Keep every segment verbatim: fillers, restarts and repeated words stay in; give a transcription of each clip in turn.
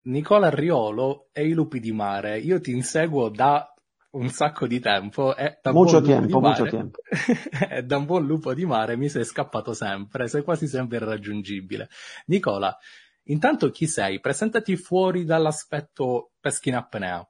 Nicola Riolo e i lupi di mare. Io ti inseguo da un sacco di tempo e da buon Mucho lupo di tiempo, mucho mare, tiempo. e da un buon lupo di mare mi sei scappato sempre, sei quasi sempre irraggiungibile. Nicola, intanto chi sei? Presentati fuori dall'aspetto pesca in apnea.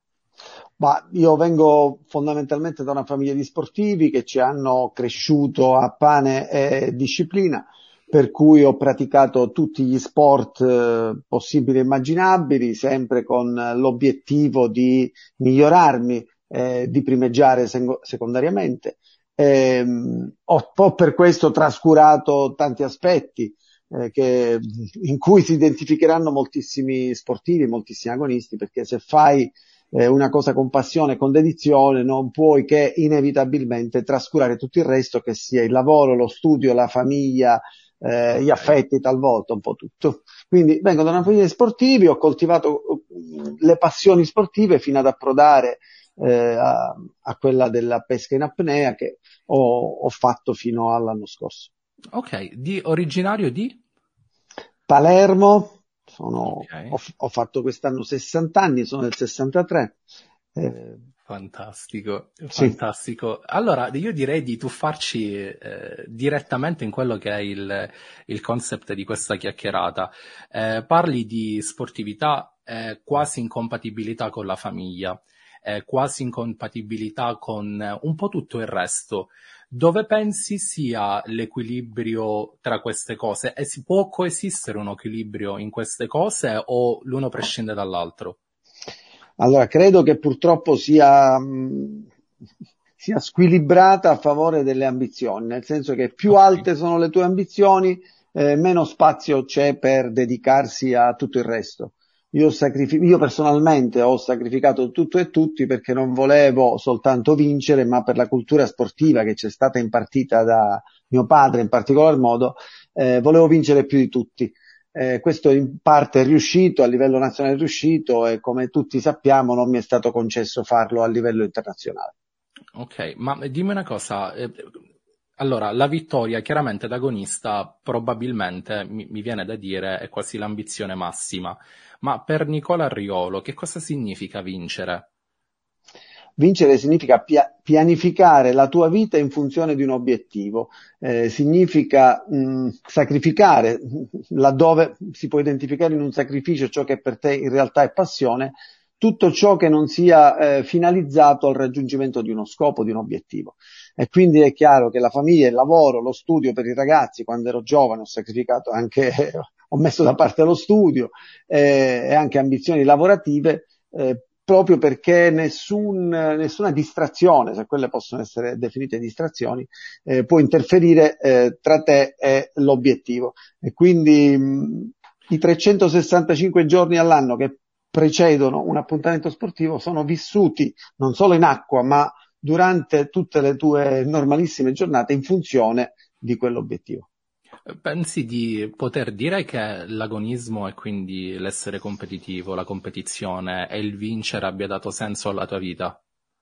Ma io vengo fondamentalmente da una famiglia di sportivi che ci hanno cresciuto a pane e disciplina, per cui ho praticato tutti gli sport eh, possibili e immaginabili, sempre con l'obiettivo di migliorarmi, eh, di primeggiare seng- secondariamente. Ehm, ho, ho per questo trascurato tanti aspetti eh, che- in cui si identificheranno moltissimi sportivi, moltissimi agonisti, perché se fai eh, una cosa con passione e con dedizione, non puoi che inevitabilmente trascurare tutto il resto, che sia il lavoro, lo studio, la famiglia, eh, gli Ok. affetti, talvolta un po' tutto. Quindi vengo da una famiglia di sportivi, ho coltivato uh, le passioni sportive fino ad approdare eh, a, a quella della pesca in apnea che ho, ho fatto fino all'anno scorso. Ok, di originario di? Palermo, sono, ho, Ok. ho fatto quest'anno sessanta anni, sono del sessantatré. Eh, Fantastico, sì. fantastico. Allora, io direi di tuffarci eh, direttamente in quello che è il, il concept di questa chiacchierata. Eh, parli di sportività, eh, quasi incompatibilità con la famiglia, eh, quasi incompatibilità con eh, un po' tutto il resto. Dove pensi sia l'equilibrio tra queste cose? E si può coesistere un equilibrio in queste cose o l'uno prescinde dall'altro? Allora, credo che purtroppo sia, mh, sia squilibrata a favore delle ambizioni, nel senso che più Ok. alte sono le tue ambizioni, eh, meno spazio c'è per dedicarsi a tutto il resto. Io, sacrifi- io personalmente ho sacrificato tutto e tutti perché non volevo soltanto vincere, ma per la cultura sportiva che ci è stata impartita da mio padre in particolar modo, eh, volevo vincere più di tutti. Eh, questo in parte è riuscito, a livello nazionale è riuscito e come tutti sappiamo non mi è stato concesso farlo a livello internazionale. Ok, ma dimmi una cosa, eh, allora la vittoria chiaramente da agonista probabilmente mi, mi viene da dire è quasi l'ambizione massima, ma per Nicola Riolo che cosa significa vincere? Vincere significa pia- pianificare la tua vita in funzione di un obiettivo, eh, significa mh, sacrificare laddove si può identificare in un sacrificio ciò che per te in realtà è passione, tutto ciò che non sia eh, finalizzato al raggiungimento di uno scopo, di un obiettivo. E quindi è chiaro che la famiglia, il lavoro, lo studio per i ragazzi, quando ero giovane ho sacrificato anche, ho messo da parte lo studio eh, e anche ambizioni lavorative eh, proprio perché nessun, nessuna distrazione, se quelle possono essere definite distrazioni, eh, può interferire eh, tra te e l'obiettivo. E quindi mh, i trecentosessantacinque giorni all'anno che precedono un appuntamento sportivo sono vissuti non solo in acqua, ma durante tutte le tue normalissime giornate in funzione di quell'obiettivo. Pensi di poter dire che l'agonismo e quindi l'essere competitivo, la competizione e il vincere abbia dato senso alla tua vita?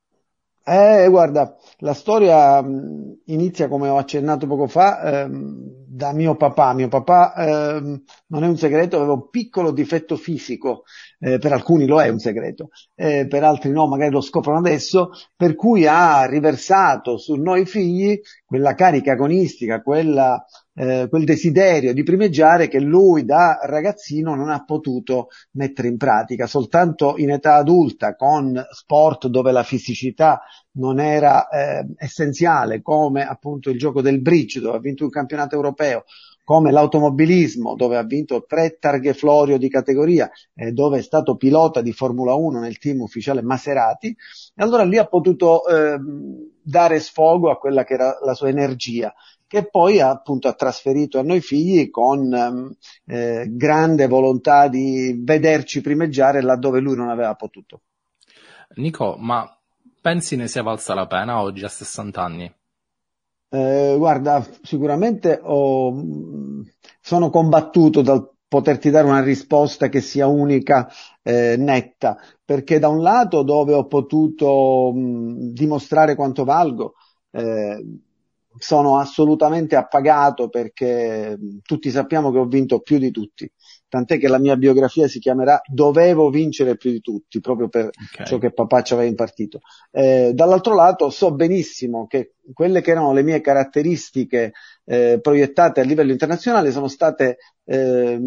Eh, guarda, la storia mh, inizia, come ho accennato poco fa, ehm, da mio papà. Mio papà, ehm, non è un segreto, aveva un piccolo difetto fisico, eh, per alcuni lo è un segreto, eh, per altri no, magari lo scoprono adesso, per cui ha riversato su noi figli quella carica agonistica, quella, eh, quel desiderio di primeggiare che lui da ragazzino non ha potuto mettere in pratica. Soltanto in età adulta, con sport dove la fisicità non era eh, essenziale, come appunto il gioco del bridge dove ha vinto un campionato europeo, come l'automobilismo dove ha vinto tre targhe Florio di categoria, eh, dove è stato pilota di Formula uno nel team ufficiale Maserati, e allora lì ha potuto eh, dare sfogo a quella che era la sua energia, che poi ha appunto ha trasferito a noi figli con ehm, eh, grande volontà di vederci primeggiare laddove lui non aveva potuto. Nico, ma pensi ne sia valsa la pena oggi a sessanta anni? Eh, guarda, sicuramente ho, mh, sono combattuto dal poterti dare una risposta che sia unica, eh, netta, perché da un lato dove ho potuto mh, dimostrare quanto valgo, eh, sono assolutamente appagato perché mh, tutti sappiamo che ho vinto più di tutti, tant'è che la mia biografia si chiamerà Dovevo vincere più di tutti, proprio per Okay. ciò che papà ci aveva impartito. Eh, dall'altro lato so benissimo che quelle che erano le mie caratteristiche eh, proiettate a livello internazionale sono state eh,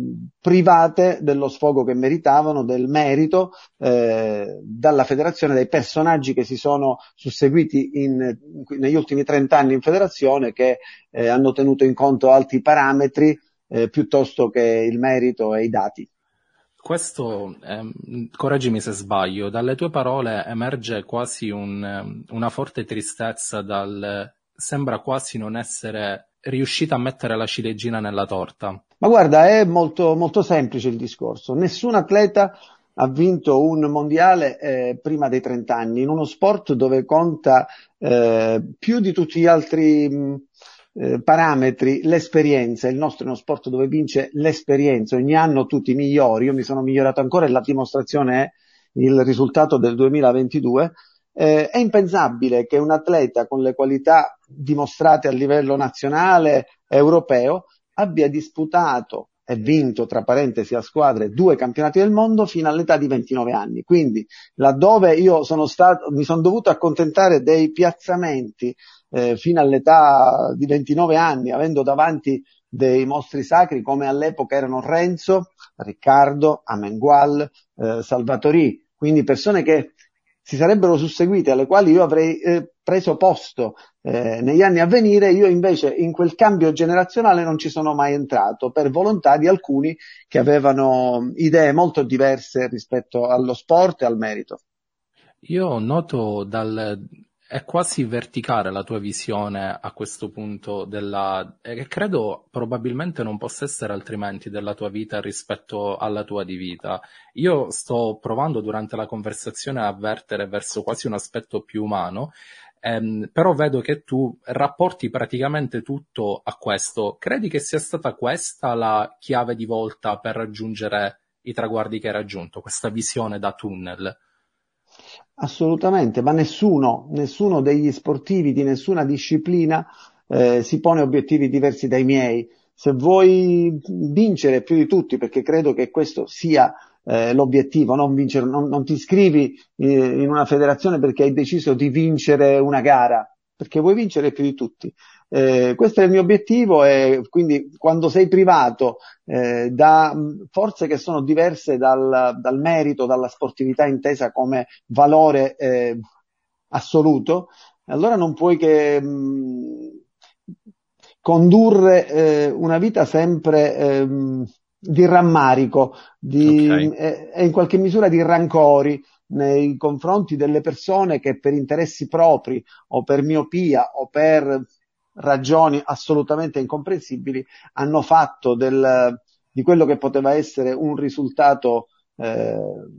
private dello sfogo che meritavano, del merito eh, dalla federazione, dai personaggi che si sono susseguiti in, negli ultimi trent'anni in federazione, che eh, hanno tenuto in conto alti parametri eh, piuttosto che il merito e i dati. Questo, ehm, correggimi se sbaglio, dalle tue parole emerge quasi un, una forte tristezza dal sembra quasi non essere riuscita a mettere la ciliegina nella torta. Ma guarda, è molto, molto semplice il discorso. Nessun atleta ha vinto un mondiale eh, prima dei trenta anni, in uno sport dove conta eh, più di tutti gli altri mh, eh, parametri l'esperienza. Il nostro è uno sport dove vince l'esperienza, ogni anno tutti migliori. Io mi sono migliorato ancora e la dimostrazione è il risultato del duemilaventidue. Eh, è impensabile che un atleta con le qualità dimostrate a livello nazionale, europeo, abbia disputato e vinto, tra parentesi a squadre, due campionati del mondo fino all'età di ventinove anni. Quindi, laddove io sono stato, mi sono dovuto accontentare dei piazzamenti eh, fino all'età di ventinove anni, avendo davanti dei mostri sacri come all'epoca erano Renzo, Riccardo, Amengual, eh, Salvatori, quindi persone che si sarebbero susseguite, alle quali io avrei eh, preso posto eh, negli anni a venire. Io invece in quel cambio generazionale non ci sono mai entrato, per volontà di alcuni che avevano idee molto diverse rispetto allo sport e al merito. Io noto dal... è quasi verticale la tua visione a questo punto della... e credo probabilmente non possa essere altrimenti della tua vita rispetto alla tua di vita. Io sto provando durante la conversazione a vertere verso quasi un aspetto più umano, ehm, però vedo che tu rapporti praticamente tutto a questo. Credi che sia stata questa la chiave di volta per raggiungere i traguardi che hai raggiunto, questa visione da tunnel? Assolutamente, ma nessuno, nessuno degli sportivi di nessuna disciplina eh, si pone obiettivi diversi dai miei. Se vuoi vincere più di tutti, perché credo che questo sia eh, l'obiettivo, non vincere, non, non ti iscrivi eh, in una federazione perché hai deciso di vincere una gara, perché vuoi vincere più di tutti. Eh, questo è il mio obiettivo, e quindi quando sei privato eh, da forze che sono diverse dal, dal merito, dalla sportività intesa come valore eh, assoluto, allora non puoi che mh, condurre eh, una vita sempre ehm, di rammarico, di, Ok. e, e in qualche misura di rancori nei confronti delle persone che per interessi propri o per miopia o per ragioni assolutamente incomprensibili hanno fatto del, di quello che poteva essere un risultato eh,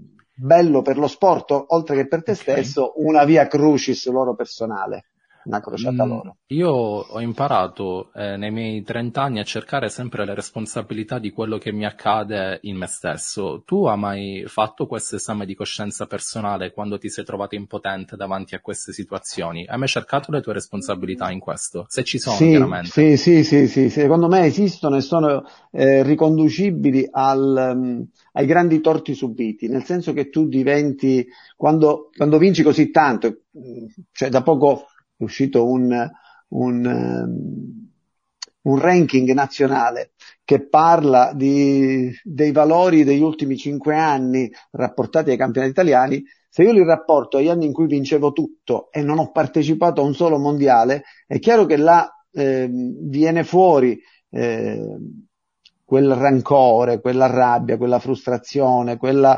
bello per lo sport, oltre che per te Ok. stesso, una via crucis loro personale, una crociata Mm, loro. io ho imparato eh, nei miei trenta anni a cercare sempre le responsabilità di quello che mi accade in me stesso. Tu hai mai fatto questo esame di coscienza personale quando ti sei trovato impotente davanti a queste situazioni? Hai mai cercato le tue responsabilità in questo? Se ci sono, Sì, chiaramente. sì, sì, sì, sì, secondo me esistono e sono eh, riconducibili al, um, ai grandi torti subiti, nel senso che tu diventi, quando, quando vinci così tanto, mh, cioè da poco è uscito un, un, um, un ranking nazionale che parla di, dei valori degli ultimi cinque anni rapportati ai campionati italiani. Se io li rapporto agli anni in cui vincevo tutto e non ho partecipato a un solo mondiale, è chiaro che là eh, viene fuori eh, quel rancore, quella rabbia, quella frustrazione, quella,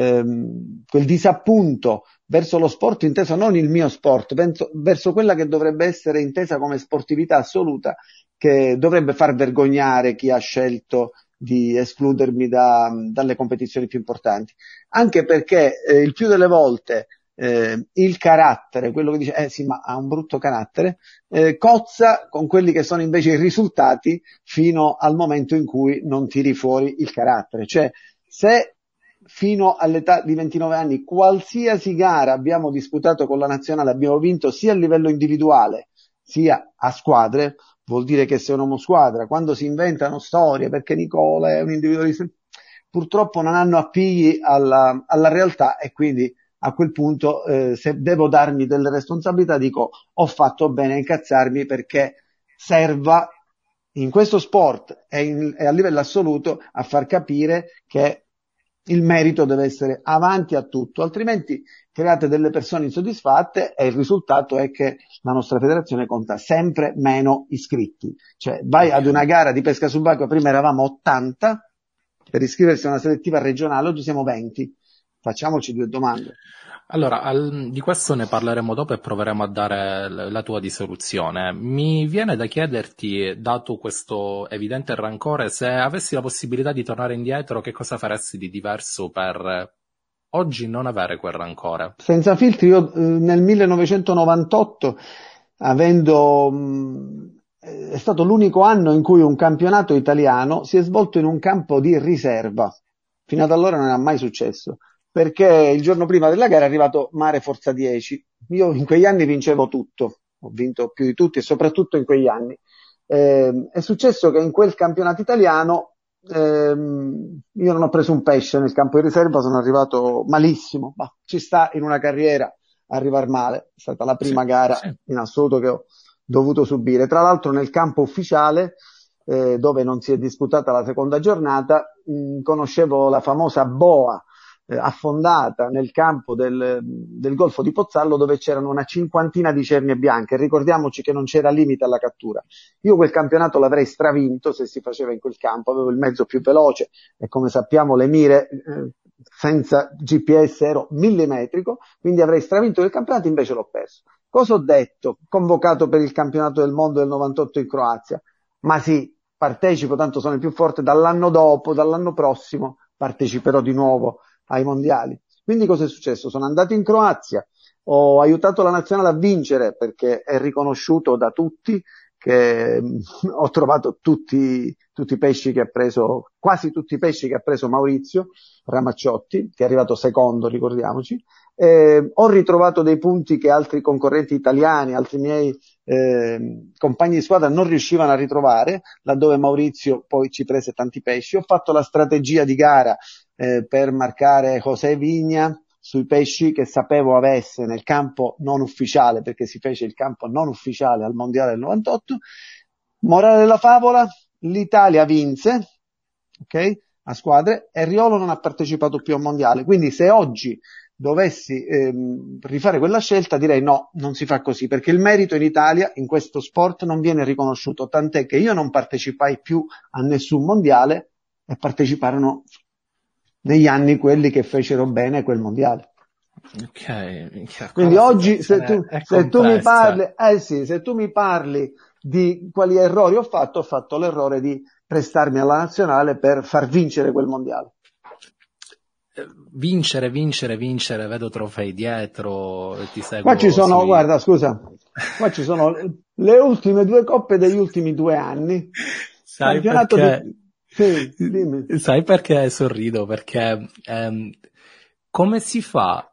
ehm, quel disappunto verso lo sport inteso, non il mio sport, verso, verso quella che dovrebbe essere intesa come sportività assoluta, che dovrebbe far vergognare chi ha scelto di escludermi da, dalle competizioni più importanti. Anche perché eh, il più delle volte eh, il carattere, quello che dice, eh sì, ma ha un brutto carattere, eh, cozza con quelli che sono invece i risultati fino al momento in cui non tiri fuori il carattere. Cioè, se fino all'età di ventinove anni qualsiasi gara abbiamo disputato con la nazionale, abbiamo vinto sia a livello individuale sia a squadre, vuol dire che sei un uomo squadra. Quando si inventano storie perché Nicola è un individualista, purtroppo non hanno appigli alla, alla realtà, e quindi a quel punto eh, se devo darmi delle responsabilità dico ho fatto bene a incazzarmi, perché serva in questo sport e, in, e a livello assoluto a far capire che il merito deve essere avanti a tutto, altrimenti create delle persone insoddisfatte e il risultato è che la nostra federazione conta sempre meno iscritti. Cioè vai ad una gara di pesca subacquea, prima eravamo ottanta per iscriversi a una selettiva regionale, oggi siamo venti. Facciamoci due domande. Allora, al, di questo ne parleremo dopo e proveremo a dare l- la tua dissoluzione. Mi viene da chiederti, dato questo evidente rancore, se avessi la possibilità di tornare indietro, che cosa faresti di diverso per oggi non avere quel rancore? Senza filtri, io eh, nel millenovecentonovantotto, avendo mh, è stato l'unico anno in cui un campionato italiano si è svolto in un campo di riserva. Fino ad allora non era mai successo, perché il giorno prima della gara è arrivato Mare Forza dieci. Io in quegli anni vincevo tutto, ho vinto più di tutti e soprattutto in quegli anni. Eh, è successo che in quel campionato italiano ehm, io non ho preso un pesce nel campo di riserva, sono arrivato malissimo, ma ci sta in una carriera arrivare male, è stata la prima Sì, gara sì. in assoluto che ho dovuto subire. Tra l'altro nel campo ufficiale, eh, dove non si è disputata la seconda giornata, mh, conoscevo la famosa boa eh, affondata nel campo del, del Golfo di Pozzallo, dove c'erano una cinquantina di cernie bianche. Ricordiamoci che non c'era limite alla cattura. Io quel campionato l'avrei stravinto se si faceva in quel campo, avevo il mezzo più veloce e come sappiamo le mire eh, senza G P S ero millimetrico, quindi avrei stravinto il campionato, invece l'ho perso. Cosa ho detto? Convocato per il campionato del mondo del novantotto in Croazia. Ma sì, partecipo, tanto sono il più forte, dall'anno dopo, dall'anno prossimo parteciperò di nuovo ai mondiali. Quindi cosa è successo? Sono andato in Croazia, ho aiutato la nazionale a vincere perché è riconosciuto da tutti che mh, ho trovato tutti, tutti i pesci che ha preso, quasi tutti i pesci che ha preso Maurizio Ramacciotti, che è arrivato secondo, ricordiamoci. Eh, ho ritrovato dei punti che altri concorrenti italiani, altri miei eh, compagni di squadra non riuscivano a ritrovare, laddove Maurizio poi ci prese tanti pesci. Ho fatto la strategia di gara eh, per marcare José Vigna sui pesci che sapevo avesse nel campo non ufficiale, perché si fece il campo non ufficiale al mondiale del novantotto. Morale della favola, l'Italia vinse, ok, a squadre, e Riolo non ha partecipato più al mondiale. Quindi se oggi dovessi ehm, rifare quella scelta, direi no, non si fa così, perché il merito in Italia in questo sport non viene riconosciuto, tant'è che io non partecipai più a nessun mondiale e parteciparono negli anni quelli che fecero bene quel mondiale. Ok, Quindi la oggi se tu, situazione è se tu mi complessa. parli, eh sì, se tu mi parli di quali errori ho fatto, ho fatto l'errore di prestarmi alla nazionale per far vincere quel mondiale. Vincere, vincere, vincere, vedo trofei dietro, ti Qua ci seguo sono, sui... guarda, scusa, qua ci sono le ultime due coppe degli ultimi due anni. Sai Campionato perché? di... Sì, dimmi. Sai perché sorrido? Perché ehm, come si fa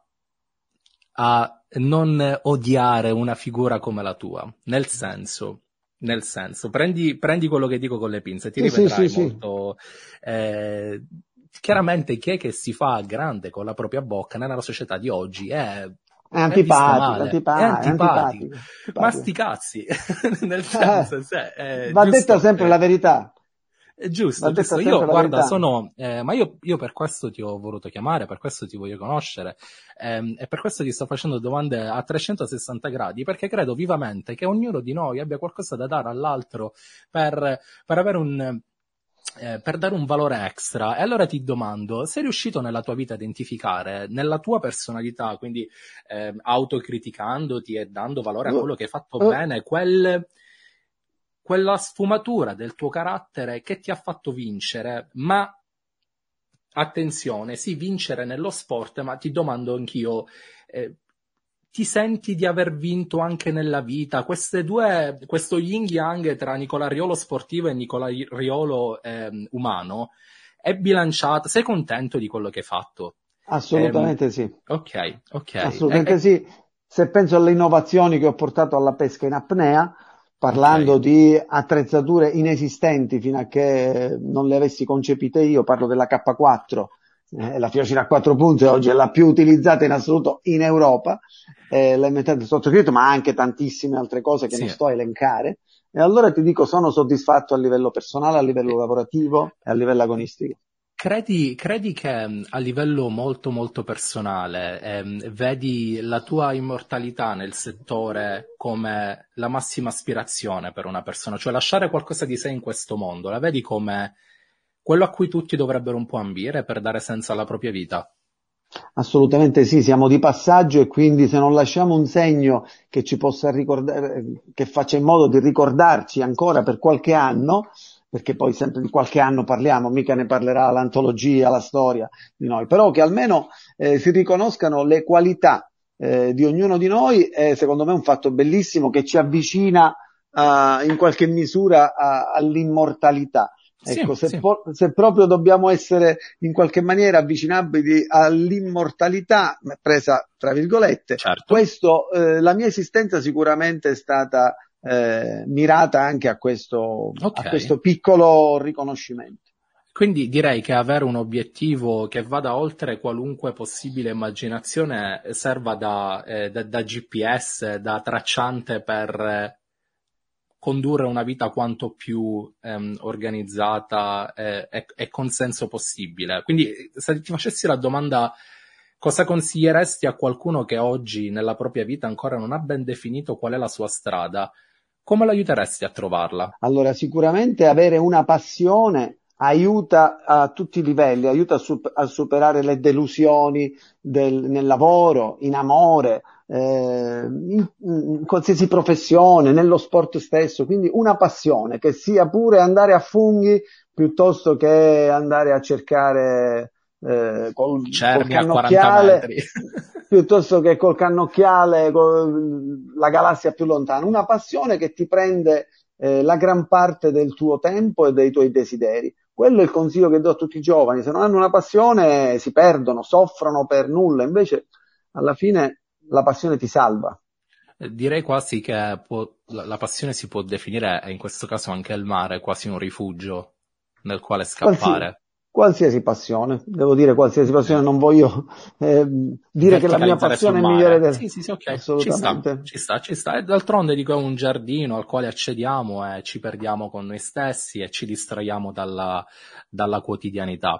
a non odiare una figura come la tua? Nel senso, nel senso, prendi, prendi quello che dico con le pinze, ti Sì, sì, sì, rivedrai sì. molto... eh, chiaramente chi è che si fa grande con la propria bocca nella società di oggi è... È è visto antipatico, male, è antipa- è antipatico, antipatico, ma antipatico. sti cazzi, nel Eh, senso, se, eh, va detta giusto, sempre eh, la verità, è va giusto, detta giusto. sempre Io, la guarda, verità. sono, eh, ma io, io per questo ti ho voluto chiamare, per questo ti voglio conoscere, ehm, e per questo ti sto facendo domande a trecentosessanta gradi, perché credo vivamente che ognuno di noi abbia qualcosa da dare all'altro per, per avere un, eh, per dare un valore extra. E allora ti domando, sei riuscito nella tua vita a identificare, nella tua personalità, quindi eh, autocriticandoti e dando valore a Uh, quello che hai fatto uh, bene, quel, quella sfumatura del tuo carattere che ti ha fatto vincere, ma attenzione, sì, vincere nello sport, ma ti domando anch'io, eh, ti senti di aver vinto anche nella vita? Queste due, questo yin yang tra Nicola Riolo sportivo e Nicola Riolo ehm, umano, è bilanciato? Sei contento di quello che hai fatto? Ehm, assolutamente sì, ok, ok. E- assolutamente e- sì. Se penso alle innovazioni che ho portato alla pesca in apnea, parlando Ok. di attrezzature inesistenti fino a che non le avessi concepite io, parlo della K quattro, eh, la Fiocina a quattro punte oggi è la più utilizzata in assoluto in Europa, eh, l'ha inventata il sottoscritto, ma anche tantissime altre cose che non Sì. sto a elencare. E allora ti dico, sono soddisfatto a livello personale, a livello lavorativo e a livello agonistico. Credi, credi che mh, a livello molto molto personale ehm, vedi la tua immortalità nel settore come la massima aspirazione per una persona, cioè lasciare qualcosa di sé in questo mondo, la vedi come quello a cui tutti dovrebbero un po' ambire per dare senso alla propria vita? Assolutamente sì, siamo di passaggio e quindi se non lasciamo un segno che ci possa ricordare, che faccia in modo di ricordarci ancora per qualche anno, perché poi sempre di qualche anno parliamo, mica ne parlerà l'antologia, la storia di noi, però che almeno eh, si riconoscano le qualità eh, di ognuno di noi è secondo me un fatto bellissimo che ci avvicina eh, in qualche misura a- all'immortalità. Ecco, Sì, se, sì. po- se proprio dobbiamo essere in qualche maniera avvicinabili all'immortalità, presa tra virgolette, Certo. questo, eh, la mia esistenza sicuramente è stata eh, mirata anche a questo, a Ok. questo piccolo riconoscimento. Quindi direi che avere un obiettivo che vada oltre qualunque possibile immaginazione serva da, eh, da- da G P S, da tracciante per eh, condurre una vita quanto più ehm, organizzata eh, e, e con senso possibile. Quindi se ti facessi la domanda cosa consiglieresti a qualcuno che oggi nella propria vita ancora non ha ben definito qual è la sua strada, come l'aiuteresti a trovarla? Allora, sicuramente avere una passione aiuta a tutti i livelli, aiuta a, sup- a superare le delusioni del- nel lavoro, in amore, eh, in, in qualsiasi professione, nello sport stesso. Quindi una passione che sia pure andare a funghi piuttosto che andare a cercare eh, col, col Cervi a quaranta cannocchiale, metri. piuttosto che col cannocchiale col- la galassia più lontana. Una passione che ti prende eh, la gran parte del tuo tempo e dei tuoi desideri. Quello è il consiglio che do a tutti i giovani. Se non hanno una passione si perdono, soffrono per nulla. Invece, alla fine, la passione ti salva. Direi quasi che può- la, la passione si può definire, e in questo caso anche il mare, quasi un rifugio nel quale Qualsi- scappare. qualsiasi passione, devo dire qualsiasi passione, Ok. non voglio eh, dire che la mia Verticalizzare sul passione è migliore mare. del... Sì, sì, sì, ok, ci sta, Assolutamente. ci sta, ci sta. E d'altronde dico è un giardino al quale accediamo e ci perdiamo con noi stessi e ci distraiamo dalla, dalla quotidianità.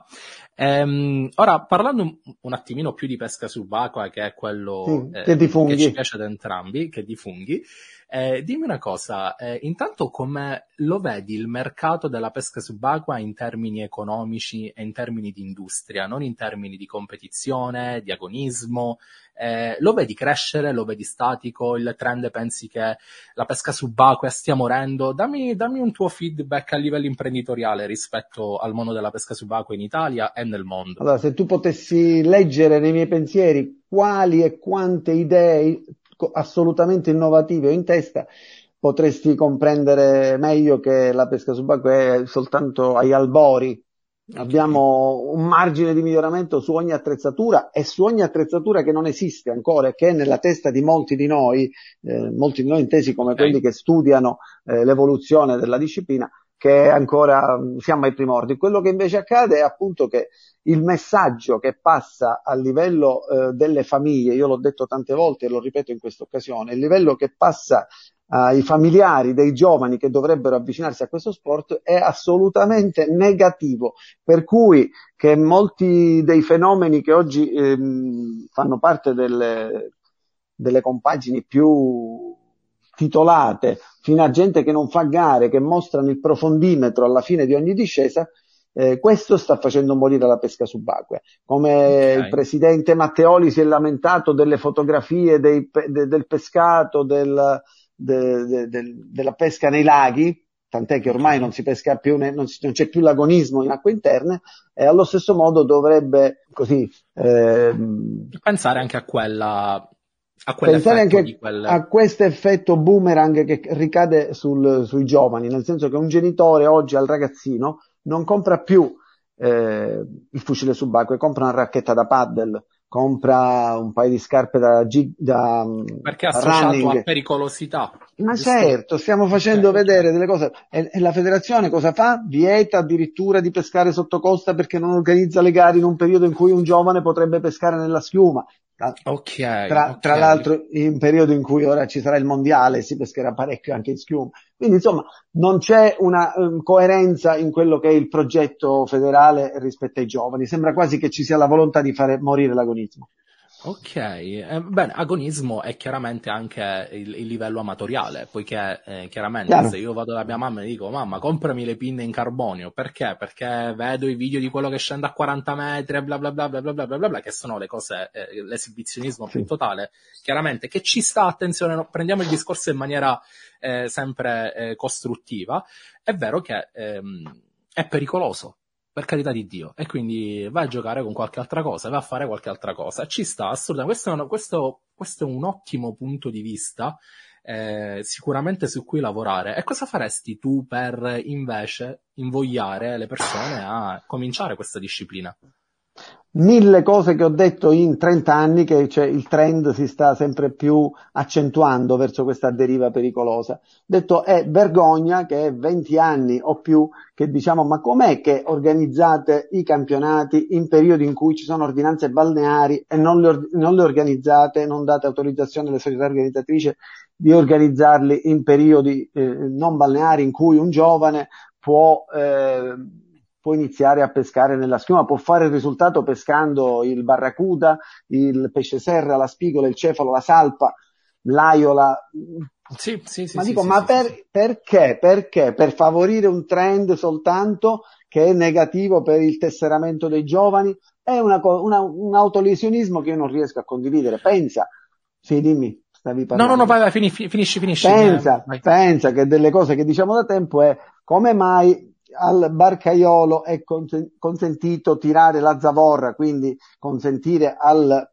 Ehm, ora, parlando un, un attimino più di pesca subacquea, che è quello Sì, che ti ehm, che ci funghi. piace ad entrambi, che di funghi, eh, dimmi una cosa, eh, intanto come lo vedi il mercato della pesca subacquea in termini economici e in termini di industria, non in termini di competizione, di agonismo, eh, lo vedi crescere, lo vedi statico, il trend pensi che la pesca subacquea stia morendo? Dammi, dammi un tuo feedback a livello imprenditoriale rispetto al mondo della pesca subacquea in Italia e nel mondo. Allora, se tu potessi leggere nei miei pensieri quali e quante idee co- assolutamente innovative ho in testa, potresti comprendere meglio che la pesca subacquea è soltanto agli albori. Ok, Abbiamo un margine di miglioramento su ogni attrezzatura e su ogni attrezzatura che non esiste ancora e che è nella testa di molti di noi, eh, molti di noi intesi come quelli ok. che studiano eh, l'evoluzione della disciplina, che ancora mh, siamo ai primordi. Quello che invece accade è appunto che il messaggio che passa a livello eh, delle famiglie, io l'ho detto tante volte e lo ripeto in questa occasione, il livello che passa ai familiari dei giovani che dovrebbero avvicinarsi a questo sport è assolutamente negativo, per cui che molti dei fenomeni che oggi ehm, fanno parte delle, delle compagini più titolate, fino a gente che non fa gare, che mostrano il profondimetro alla fine di ogni discesa, eh, questo sta facendo morire la pesca subacquea. Come il Ok. presidente Matteoli si è lamentato delle fotografie dei, de, del pescato, del, de, de, de, della pesca nei laghi, tant'è che ormai non Ok. si pesca più, non, si, non c'è più l'agonismo in acque interne, e allo stesso modo dovrebbe così ehm, Pensare anche a quella, a pensare quell'effetto di anche quel... a questo effetto boomerang che ricade sul, sui giovani, nel senso che un genitore oggi al ragazzino non compra più eh, il fucile subacqueo, compra una racchetta da paddle, compra un paio di scarpe da, da perché è associato running. a pericolosità. Ma certo, stiamo facendo okay, vedere okay. delle cose e, e la federazione cosa fa? Vieta addirittura di pescare sotto costa perché non organizza le gare in un periodo in cui un giovane potrebbe pescare nella schiuma. Okay, tra, okay. tra l'altro in un periodo in cui ora ci sarà il mondiale si pescherà parecchio anche in schiuma. Quindi insomma non c'è una um, coerenza in quello che è il progetto federale rispetto ai giovani. Sembra quasi che ci sia la volontà di fare morire l'agonismo. Ok, eh, bene, agonismo è chiaramente anche il, il livello amatoriale, poiché eh, chiaramente Chiaro. Se io vado da mia mamma e dico mamma comprami le pinne in carbonio, perché? Perché vedo i video di quello che scende a quaranta metri e bla bla bla bla bla bla bla bla, bla che sono le cose, eh, l'esibizionismo più totale, chiaramente che ci sta, attenzione, no, prendiamo il discorso in maniera eh, sempre eh, costruttiva, è vero che ehm, è pericoloso. Per carità di Dio, e quindi vai a giocare con qualche altra cosa, vai a fare qualche altra cosa, ci sta assolutamente, questo è un, questo, questo è un ottimo punto di vista, eh, sicuramente su cui lavorare. E cosa faresti tu per invece invogliare le persone a cominciare questa disciplina? Mille cose che ho detto in trenta anni, che cioè, il trend si sta sempre più accentuando verso questa deriva pericolosa. Ho detto è vergogna che è venti anni o più che diciamo ma com'è che organizzate i campionati in periodi in cui ci sono ordinanze balneari e non le, or- non le organizzate, non date autorizzazione alle società organizzatrici di organizzarli in periodi eh, non balneari in cui un giovane può eh, può iniziare a pescare nella schiuma, può fare il risultato pescando il barracuda, il pesce serra, la spigola, il cefalo, la salpa, l'aiola. Sì, sì, sì, ma sì, dico, sì, ma sì, per, sì. perché? Perché? Per favorire un trend soltanto che è negativo per il tesseramento dei giovani? È una, una, un autolesionismo che io non riesco a condividere. Pensa, sì, dimmi, stavi No, no, no, parlando. vai, vai, finisci, finisci, finisci. Pensa, Vai. pensa che delle cose che diciamo da tempo è come mai al barcaiolo è consentito tirare la zavorra, quindi consentire al,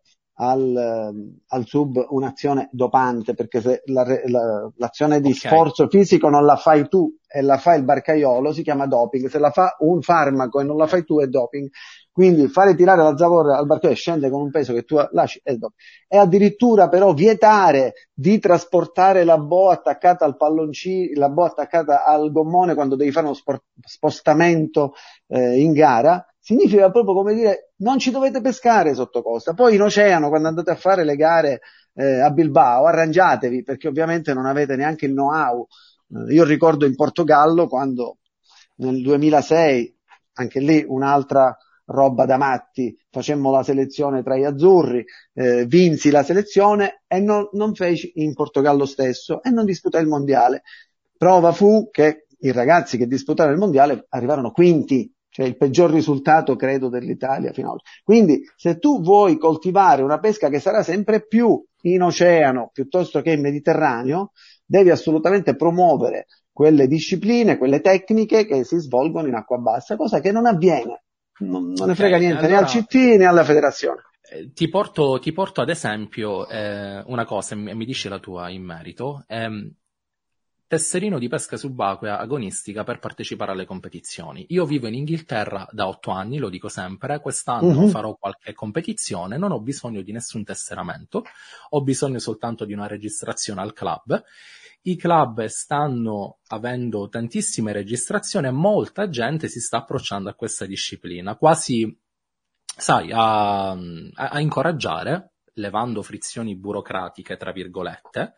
al, al sub un'azione dopante, perché se la, la, l'azione di okay. sforzo fisico non la fai tu e la fa il barcaiolo si chiama doping, se la fa un farmaco e non la fai tu è doping. Quindi fare tirare la zavorra al barcaiolo e scende con un peso che tu lasci è doping. E addirittura però vietare di trasportare la boa attaccata al palloncino, la boa attaccata al gommone quando devi fare uno sport, spostamento eh, in gara, significa proprio come dire non ci dovete pescare sotto costa. Poi in oceano, quando andate a fare le gare eh, a Bilbao, arrangiatevi, perché ovviamente non avete neanche il know-how. Eh, io ricordo in Portogallo quando nel duemilasei, anche lì un'altra roba da matti, facemmo la selezione tra gli azzurri, eh, vinsi la selezione e non, non feci in Portogallo stesso e non disputai il mondiale. Prova fu che i ragazzi che disputarono il mondiale arrivarono quinti, cioè il peggior risultato credo dell'Italia fino ad oggi. Quindi se tu vuoi coltivare una pesca che sarà sempre più in oceano piuttosto che in Mediterraneo, devi assolutamente promuovere quelle discipline, quelle tecniche che si svolgono in acqua bassa, cosa che non avviene. Non, non ne frega okay, niente allora, né al C T né alla federazione. Eh, ti, porto, ti porto ad esempio eh, una cosa e mi, mi dici la tua in merito. Eh, tesserino di pesca subacquea agonistica per partecipare alle competizioni. Io vivo in Inghilterra da otto anni, lo dico sempre, quest'anno mm-hmm. farò qualche competizione, non ho bisogno di nessun tesseramento, ho bisogno soltanto di una registrazione al club. I club stanno avendo tantissime registrazioni e molta gente si sta approcciando a questa disciplina, quasi, sai, a, a, a incoraggiare, levando frizioni burocratiche, tra virgolette,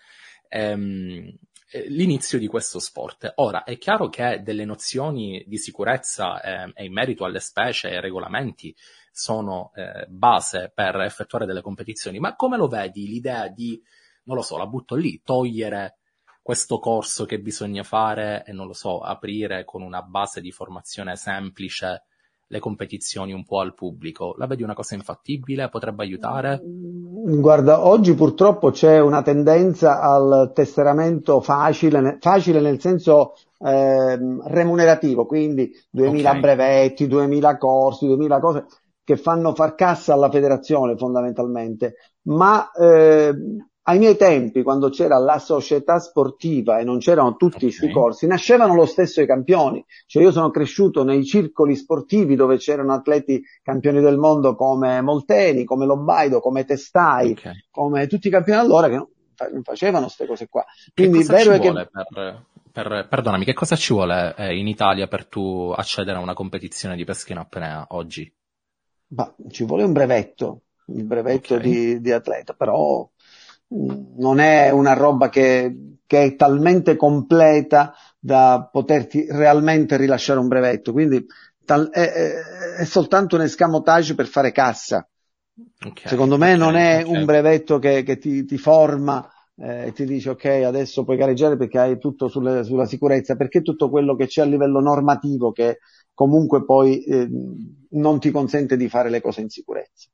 ehm, l'inizio di questo sport. Ora, è chiaro che delle nozioni di sicurezza eh, e in merito alle specie e ai regolamenti sono eh, base per effettuare delle competizioni, ma come lo vedi l'idea di, non lo so, la butto lì, togliere questo corso che bisogna fare e non lo so, aprire con una base di formazione semplice le competizioni un po' al pubblico? La vedi una cosa infattibile? Potrebbe aiutare? Guarda, oggi purtroppo c'è una tendenza al tesseramento facile, facile nel senso eh, remunerativo, quindi duemila okay. brevetti, duemila corsi, duemila cose che fanno far cassa alla federazione fondamentalmente, ma eh, ai miei tempi, quando c'era la società sportiva e non c'erano tutti questi Ok, corsi, nascevano lo stesso i campioni. Cioè io sono cresciuto nei circoli sportivi dove c'erano atleti campioni del mondo come Molteni, come Lobaido, come Testai, ok. come tutti i campioni allora che non fa- non facevano queste cose qua. Che Quindi il cosa vero ci è che vuole per, per- perdonami, che cosa ci vuole eh, in Italia per tu accedere a una competizione di pesca in apnea oggi? bah, ci vuole un brevetto, il Ok, brevetto di, di atleta, però mh, non è una roba che, che è talmente completa da poterti realmente rilasciare un brevetto, quindi tal- è, è- è soltanto un escamotage per fare cassa. ok, Secondo me ok, non è ok. un brevetto che, che ti, ti forma eh, e ti dice ok, adesso puoi gareggiare perché hai tutto sulle- sulla sicurezza, perché tutto quello che c'è a livello normativo che comunque poi eh, non ti consente di fare le cose in sicurezza.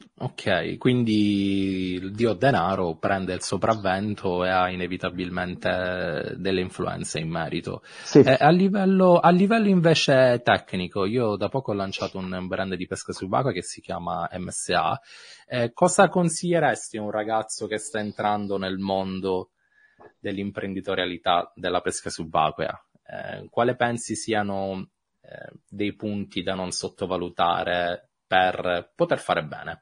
Ok, quindi il dio denaro prende il sopravvento e ha inevitabilmente delle influenze in merito. Sì. E a livello, a livello invece tecnico, io da poco ho lanciato un brand di pesca subacquea che si chiama M S A. Eh, cosa consiglieresti a un ragazzo che sta entrando nel mondo dell'imprenditorialità della pesca subacquea? Eh, quale pensi siano eh, dei punti da non sottovalutare per poter fare bene?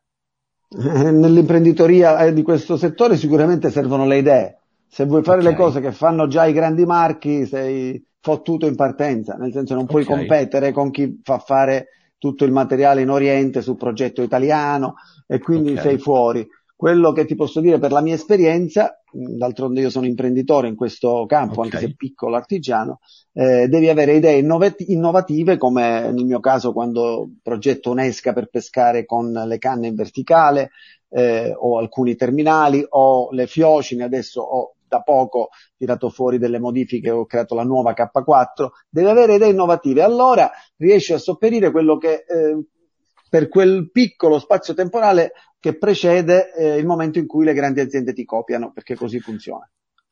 Eh, Nell'imprenditoria eh, di questo settore sicuramente servono le idee. Se vuoi fare Ok, le cose che fanno già i grandi marchi, sei fottuto in partenza, nel senso non puoi ok, competere con chi fa fare tutto il materiale in Oriente sul progetto italiano e quindi sei ok, fuori. Quello che ti posso dire per la mia esperienza, mh, d'altronde io sono imprenditore in questo campo, ok, anche se piccolo artigiano, eh, devi avere idee innovat- innovative, come nel mio caso quando progetto un'esca per pescare con le canne in verticale, eh, o alcuni terminali, o le fiocine, adesso ho da poco tirato fuori delle modifiche, ho creato la nuova K quattro, deve avere idee innovative, allora riesci a sopperire quello che eh, per quel piccolo spazio temporale che precede eh, il momento in cui le grandi aziende ti copiano, perché così funziona.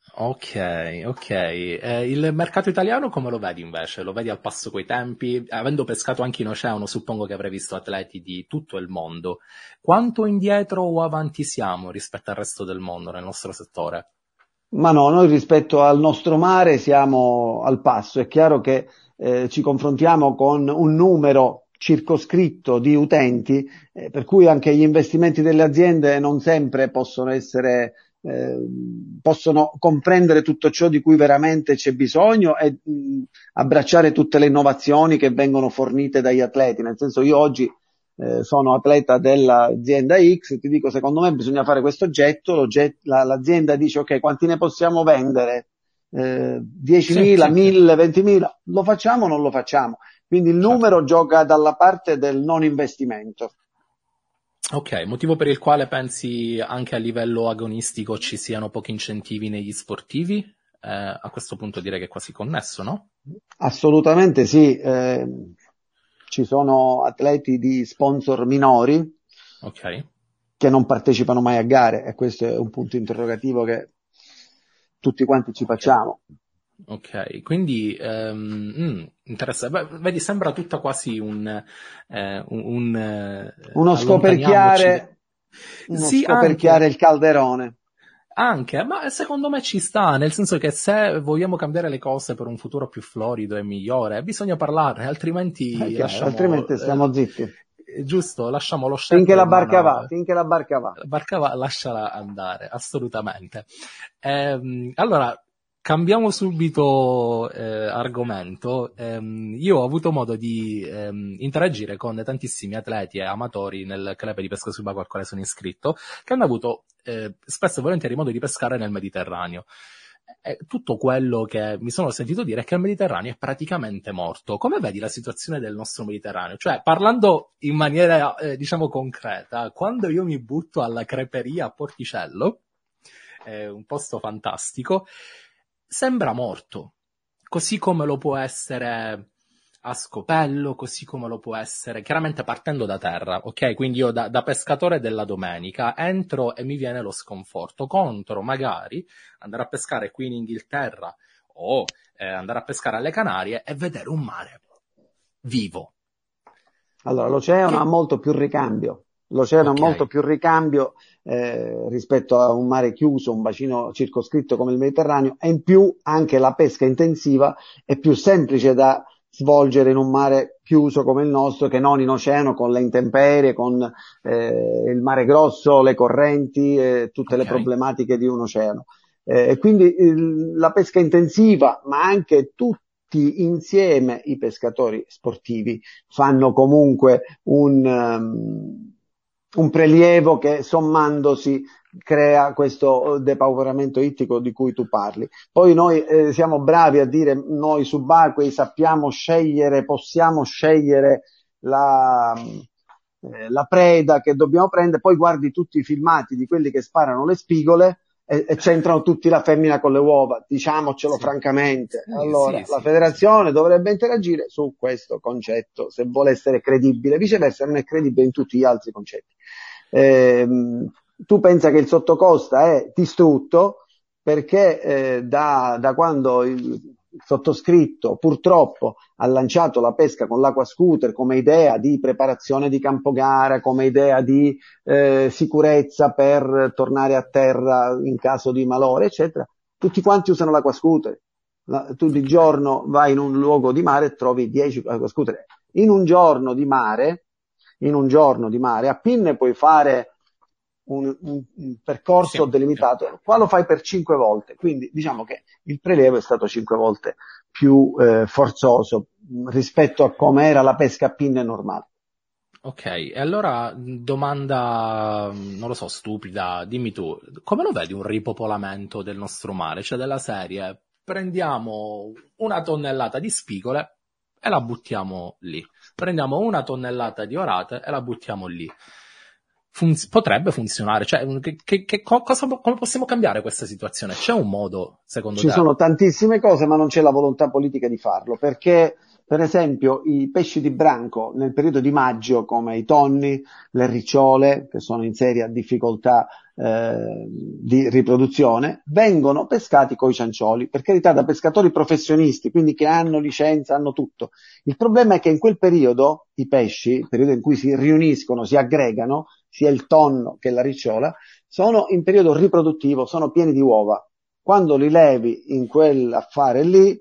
ok, ok. Eh, il mercato italiano come lo vedi invece? Lo vedi al passo coi tempi? Avendo pescato anche in oceano, suppongo che avrai visto atleti di tutto il mondo. Quanto indietro o avanti siamo rispetto al resto del mondo nel nostro settore? Ma no, noi rispetto al nostro mare siamo al passo. È chiaro che eh, ci confrontiamo con un numero circoscritto di utenti, eh, per cui anche gli investimenti delle aziende non sempre possono essere, eh, possono comprendere tutto ciò di cui veramente c'è bisogno e mh, abbracciare tutte le innovazioni che vengono fornite dagli atleti. Nel senso, io oggi eh, sono atleta dell'azienda X, ti dico secondo me bisogna fare questo oggetto, l'ogget- la- l'azienda dice ok, quanti ne possiamo vendere? Eh, Sì, diecimila, sì, sì, mille, ventimila, lo facciamo o non lo facciamo? Quindi il certo. numero gioca dalla parte del non investimento. Ok, motivo per il quale pensi anche a livello agonistico ci siano pochi incentivi negli sportivi? Eh, a questo punto direi che è quasi connesso, no? Assolutamente sì, eh, ci sono atleti di sponsor minori Ok. che non partecipano mai a gare e questo è un punto interrogativo che tutti quanti ci Ok, facciamo. ok, quindi ehm, mm, interessante. Beh, vedi, sembra tutta quasi un, eh, un, un, eh, Uno allontaniamoci. da- scoperchiare, uno Sì, scoperchiare anche, il calderone. anche, ma secondo me ci sta, nel senso che se vogliamo cambiare le cose per un futuro più florido e migliore, bisogna parlarne, È altrimenti chiaro, lasciamo, altrimenti stiamo zitti. eh, giusto, lasciamo lo Finché scettro la in barca mano. va, finché la barca va. Barca va, lasciala andare, assolutamente. Ehm, allora, cambiamo subito eh, argomento. Ehm, io ho avuto modo di ehm, interagire con tantissimi atleti e amatori nel club di pesca subacquea al quale sono iscritto, che hanno avuto eh, spesso e volentieri modo di pescare nel Mediterraneo. E tutto quello che mi sono sentito dire è che il Mediterraneo è praticamente morto. Come vedi la situazione del nostro Mediterraneo? Cioè, parlando in maniera, eh, diciamo, concreta, quando io mi butto alla creperia a Porticello, è un posto fantastico, sembra morto, così come lo può essere a Scopello, così come lo può essere, chiaramente partendo da terra, ok? Quindi io da, da pescatore della domenica entro e mi viene lo sconforto contro magari andare a pescare qui in Inghilterra o eh, andare a pescare alle Canarie e vedere un mare vivo. Allora, l'oceano ha Che molto più ricambio. L'oceano è molto Ok. più ricambio eh, rispetto a un mare chiuso, un bacino circoscritto come il Mediterraneo, e in più anche la pesca intensiva è più semplice da svolgere in un mare chiuso come il nostro che non in oceano con le intemperie, con eh, il mare grosso, le correnti, e tutte le Ok. problematiche di un oceano. Eh, e quindi il- la pesca intensiva, ma anche tutti insieme i pescatori sportivi fanno comunque un, um, un prelievo che sommandosi crea questo depauperamento ittico di cui tu parli. Poi noi eh, siamo bravi a dire, noi subacquei sappiamo scegliere, possiamo scegliere la, eh, la preda che dobbiamo prendere, poi guardi tutti i filmati di quelli che sparano le spigole e, e c'entrano tutti la femmina con le uova, diciamocelo Sì, francamente. sì, Allora, sì, la sì, sì. federazione dovrebbe interagire su questo concetto se vuole essere credibile, viceversa non è credibile in tutti gli altri concetti. Ehm, Tu pensa che il sottocosta è distrutto perché eh, da, da quando il sottoscritto purtroppo ha lanciato la pesca con l'acqua scooter come idea di preparazione di campogara, come idea di eh, sicurezza per tornare a terra in caso di malore, eccetera, tutti quanti usano l'acqua scooter. La, tu di Ok. giorno vai in un luogo di mare e trovi dieci acqua scooter. In un giorno di mare, in un giorno di mare, a pinne puoi fare un, un, un Sì, percorso sì. delimitato, qua lo fai per cinque volte, quindi diciamo che il prelievo è stato cinque volte più eh, forzoso mh, rispetto a come era la pesca a pinne normale. Ok, e allora domanda, non lo so, stupida, dimmi tu, come lo vedi un ripopolamento del nostro mare? Cioè della serie, prendiamo una tonnellata di spigole e la buttiamo lì, prendiamo una tonnellata di orate e la buttiamo lì. Funz- potrebbe funzionare, cioè che, che- che co- cosa, come possiamo cambiare questa situazione? C'è un modo, secondo Ci te? sono tantissime cose, ma non c'è la volontà politica di farlo, perché per esempio i pesci di branco nel periodo di maggio, come i tonni, le ricciole, che sono in seria difficoltà eh, di riproduzione, vengono pescati coi ciancioli, per carità da pescatori professionisti, quindi che hanno licenza, hanno tutto. Il problema è che in quel periodo i pesci, il periodo in cui si riuniscono, si aggregano, sia il tonno che la ricciola, sono in periodo riproduttivo, sono pieni di uova. Quando li levi in quell'affare lì,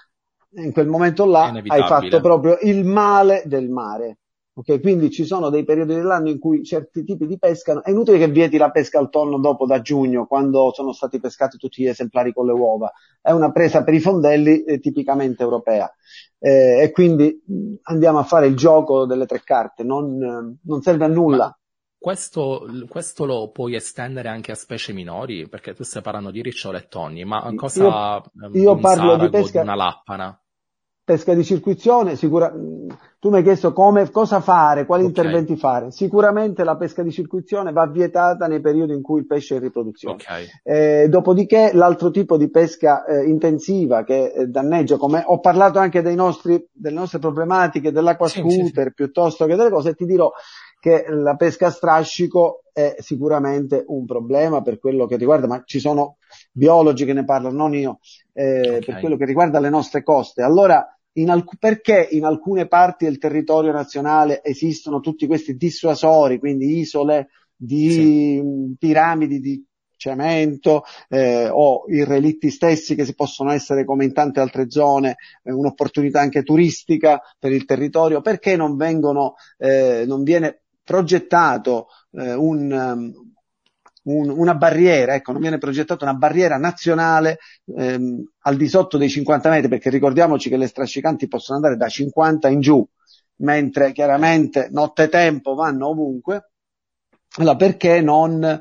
in quel momento È là, hai fatto inevitabile. proprio il male del mare. Ok, quindi ci sono dei periodi dell'anno in cui certi tipi di pesca, è inutile che vieti la pesca al tonno dopo da giugno, quando sono stati pescati tutti gli esemplari con le uova. È una presa per i fondelli eh, tipicamente europea. Eh, e quindi mh, andiamo a fare il gioco delle tre carte, non, eh, non serve a Ma nulla. questo, questo lo puoi estendere anche a specie minori? Perché tu stai parlando di ricciole e tonni, ma Io, cosa ehm, di io un parlo di sarago, di pesca, una lappana? pesca di circuizione, sicura, tu mi hai chiesto come, cosa fare, quali Ok, interventi fare. Sicuramente la pesca di circuizione va vietata nei periodi in cui il pesce è in riproduzione. ok. Eh, dopodiché l'altro tipo di pesca eh, intensiva che eh, danneggia, come ho parlato anche dei nostri, delle nostre problematiche dell'acqua Sì, sì, sì. scooter piuttosto che delle cose, ti dirò che la pesca a strascico è sicuramente un problema per quello che riguarda, ma ci sono biologi che ne parlano, non io, eh, Ok, per quello che riguarda le nostre coste. Allora, in alc- perché in alcune parti del territorio nazionale esistono tutti questi dissuasori, quindi isole sì. di mh, piramidi di cemento eh, o i relitti stessi che si possono essere come in tante altre zone eh, un'opportunità anche turistica per il territorio, perché non vengono eh, non viene progettato eh, un, um, un, una barriera, ecco, non viene progettata una barriera nazionale ehm, al di sotto dei cinquanta metri, perché ricordiamoci che le strascicanti possono andare da cinquanta in giù, mentre Ok. chiaramente nottetempo vanno ovunque. Allora, perché non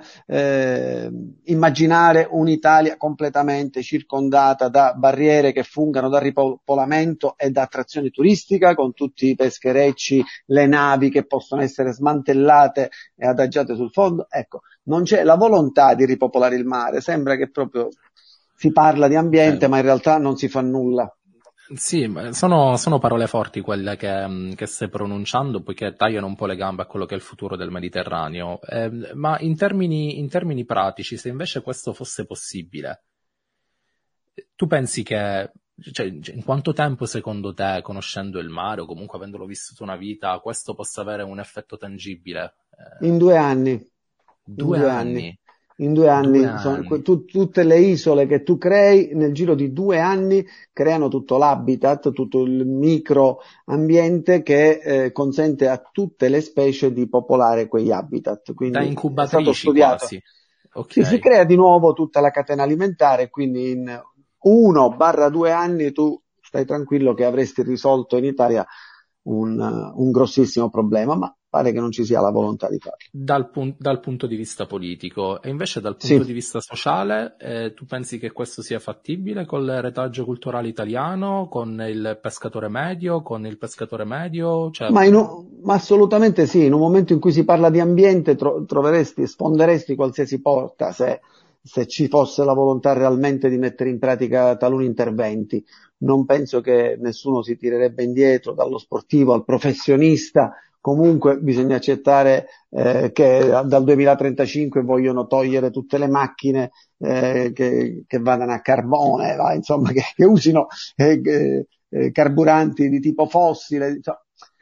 eh, immaginare un'Italia completamente circondata da barriere che fungano da ripopolamento e da attrazione turistica, con tutti i pescherecci, le navi che possono essere smantellate e adagiate sul fondo? Ecco, non c'è la volontà di ripopolare il mare, sembra che proprio si parla di ambiente, Ok. ma in realtà non si fa nulla. Sì, ma sono, sono parole forti quelle che, mh, che stai pronunciando, poiché tagliano un po' le gambe a quello che è il futuro del Mediterraneo. Ehm, ma in termini, in termini pratici, se invece questo fosse possibile, tu pensi che, cioè, in quanto tempo secondo te, conoscendo il mare o comunque avendolo vissuto una vita, questo possa avere un effetto tangibile In due anni. In Due due anni. anni. In due anni, Due sono, anni. tu, tutte le isole che tu crei nel giro di due anni creano tutto l'habitat, tutto il microambiente che eh, consente a tutte le specie di popolare quegli habitat. Da Quindi è stato incubatrici studiato. quasi. Sì, si Ok. crea di nuovo tutta la catena alimentare, quindi in uno barra due anni tu stai tranquillo che avresti risolto in Italia un, un grossissimo problema, ma pare che non ci sia la volontà di farlo. Dal, pun- dal punto di vista politico e invece dal punto di Sì. vista sociale, eh, tu pensi che questo sia fattibile col retaggio culturale italiano, con il pescatore medio, con il pescatore medio? Cioè, Ma, in un- ma assolutamente sì, in un momento in cui si parla di ambiente tro- troveresti, sfonderesti qualsiasi porta se, se ci fosse la volontà realmente di mettere in pratica taluni interventi. Non penso che nessuno si tirerebbe indietro, dallo sportivo al professionista. Comunque bisogna accettare eh, che dal duemilatrentacinque vogliono togliere tutte le macchine eh, che, che vadano a carbone, va, insomma, che, che usino eh, che- eh, carburanti di tipo fossile. Insomma,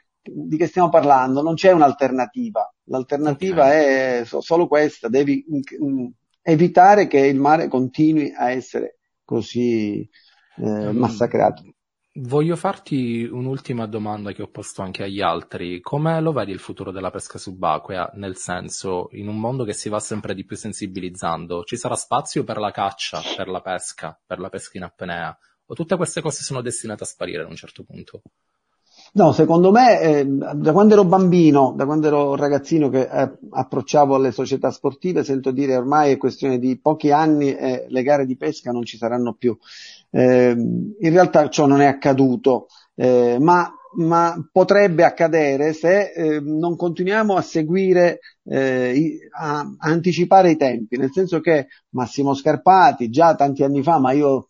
di che stiamo parlando? Non c'è un'alternativa. ok. L'alternativa è so- solo questa, devi mm, evitare che il mare continui a essere così eh, Ehm, massacrato. Voglio farti un'ultima domanda che ho posto anche agli altri. Come lo vedi il futuro della pesca subacquea? Nel senso, in un mondo che si va sempre di più sensibilizzando, ci sarà spazio per la caccia, per la pesca, per la pesca in apnea? O tutte queste cose sono destinate a sparire ad un certo punto? No, secondo me, eh, da quando ero bambino, da quando ero ragazzino che eh, approcciavo alle società sportive, sento dire ormai è questione di pochi anni e le gare di pesca non ci saranno più. Eh, in realtà ciò non è accaduto, eh, ma, ma potrebbe accadere se eh, non continuiamo a seguire, eh, i- a, a anticipare i tempi, nel senso che Massimo Scarpati, già tanti anni fa, ma io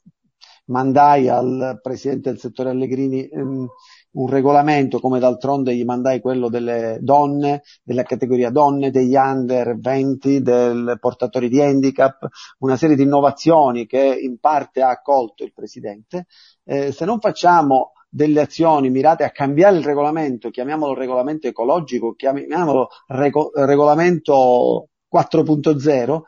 mandai al presidente del settore Allegrini ehm, un regolamento, come d'altronde gli mandai quello delle donne, della categoria donne, degli under venti, del portatori di handicap, una serie di innovazioni che in parte ha accolto il presidente. Eh, se non facciamo delle azioni mirate a cambiare il regolamento, chiamiamolo regolamento ecologico, chiamiamolo rego- regolamento quattro punto zero,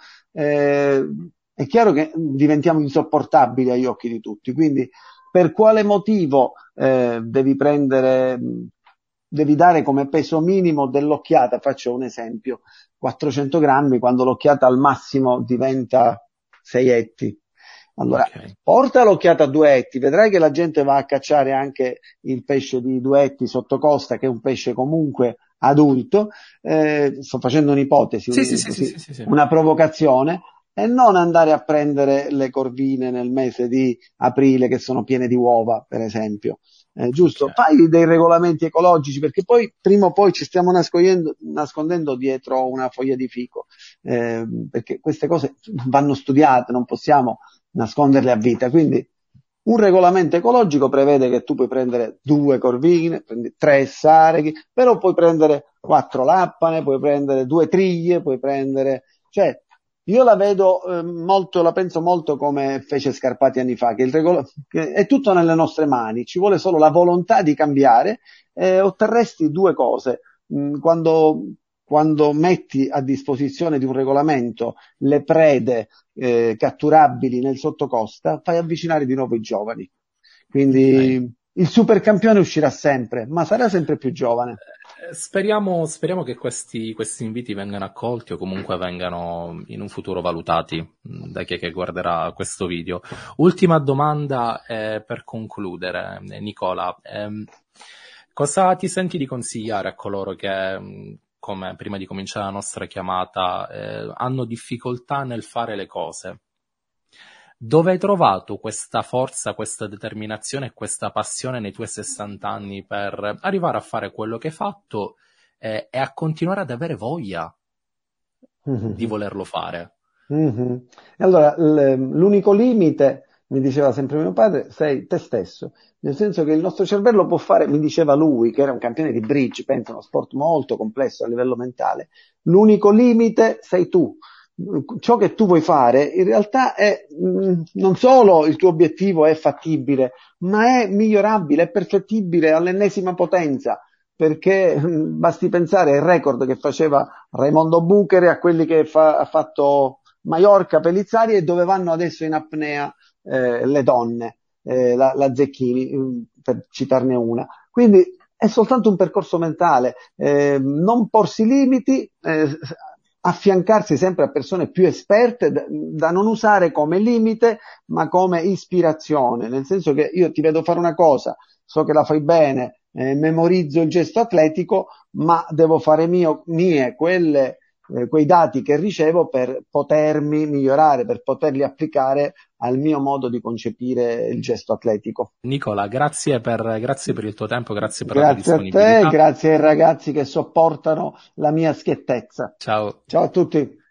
eh, è chiaro che diventiamo insopportabili agli occhi di tutti. Quindi per quale motivo eh, devi prendere, devi dare come peso minimo dell'occhiata? Faccio un esempio, quattrocento grammi quando l'occhiata al massimo diventa sei etti. Allora, Ok. porta l'occhiata a due etti, vedrai che la gente va a cacciare anche il pesce di due etti sotto costa, che è un pesce comunque adulto. Eh, sto facendo un'ipotesi, Sì, sì, un- sì, sì, così, sì, sì, sì. una provocazione, e non andare a prendere le corvine nel mese di aprile che sono piene di uova, per esempio. Eh, Ok. giusto? Fai dei regolamenti ecologici, perché poi prima o poi ci stiamo nascondendo, nascondendo dietro una foglia di fico, eh, perché queste cose vanno studiate, non possiamo nasconderle a vita. Quindi un regolamento ecologico prevede che tu puoi prendere due corvine, prendi tre sareghi, però puoi prendere quattro lappane, puoi prendere due triglie, puoi prendere, cioè, io la vedo eh, molto, la penso molto come fece Scarpati anni fa, che, il regolo- che è tutto nelle nostre mani, ci vuole solo la volontà di cambiare, e otterresti due cose. Mm, Quando, quando metti a disposizione di un regolamento le prede eh, catturabili nel sottocosta, fai avvicinare di nuovo i giovani. Ok. Quindi il supercampione uscirà sempre, ma sarà sempre più giovane. Eh, Speriamo, speriamo che questi, questi inviti vengano accolti o comunque vengano in un futuro valutati mh, da chi è che guarderà questo video. Ultima domanda eh, per concludere, eh, Nicola. Ehm, cosa ti senti di consigliare a coloro che, mh, come prima di cominciare la nostra chiamata, eh, hanno difficoltà nel fare le cose? Dove hai trovato questa forza, questa determinazione e questa passione nei tuoi sessanta anni per arrivare a fare quello che hai fatto eh, e a continuare ad avere voglia di volerlo fare? Mhm. E allora, l- l'unico limite, mi diceva sempre mio padre, sei te stesso, nel senso che il nostro cervello può fare, mi diceva lui, che era un campione di bridge, penso uno sport molto complesso a livello mentale, l'unico limite sei tu. Ciò che tu vuoi fare in realtà è mh, non solo il tuo obiettivo è fattibile, ma è migliorabile, è perfettibile all'ennesima potenza. perché mh, basti pensare al record che faceva Raimondo Buchere, a quelli che fa, ha fatto Maiorca, Pellizzari, e dove vanno adesso in apnea eh, le donne, eh, la, la Zecchini, mh, per citarne una. Quindi è soltanto un percorso mentale, eh, non porsi limiti, eh, affiancarsi sempre a persone più esperte, da, da non usare come limite, ma come ispirazione, nel senso che io ti vedo fare una cosa, so che la fai bene, eh, memorizzo il gesto atletico, ma devo fare mio, mie quelle, eh, quei dati che ricevo per potermi migliorare, per poterli applicare al mio modo di concepire il gesto atletico. Nicola, grazie per, grazie per il tuo tempo, grazie per la tua Grazie a te, disponibilità. grazie ai ragazzi che sopportano la mia schiettezza. Ciao. Ciao a tutti.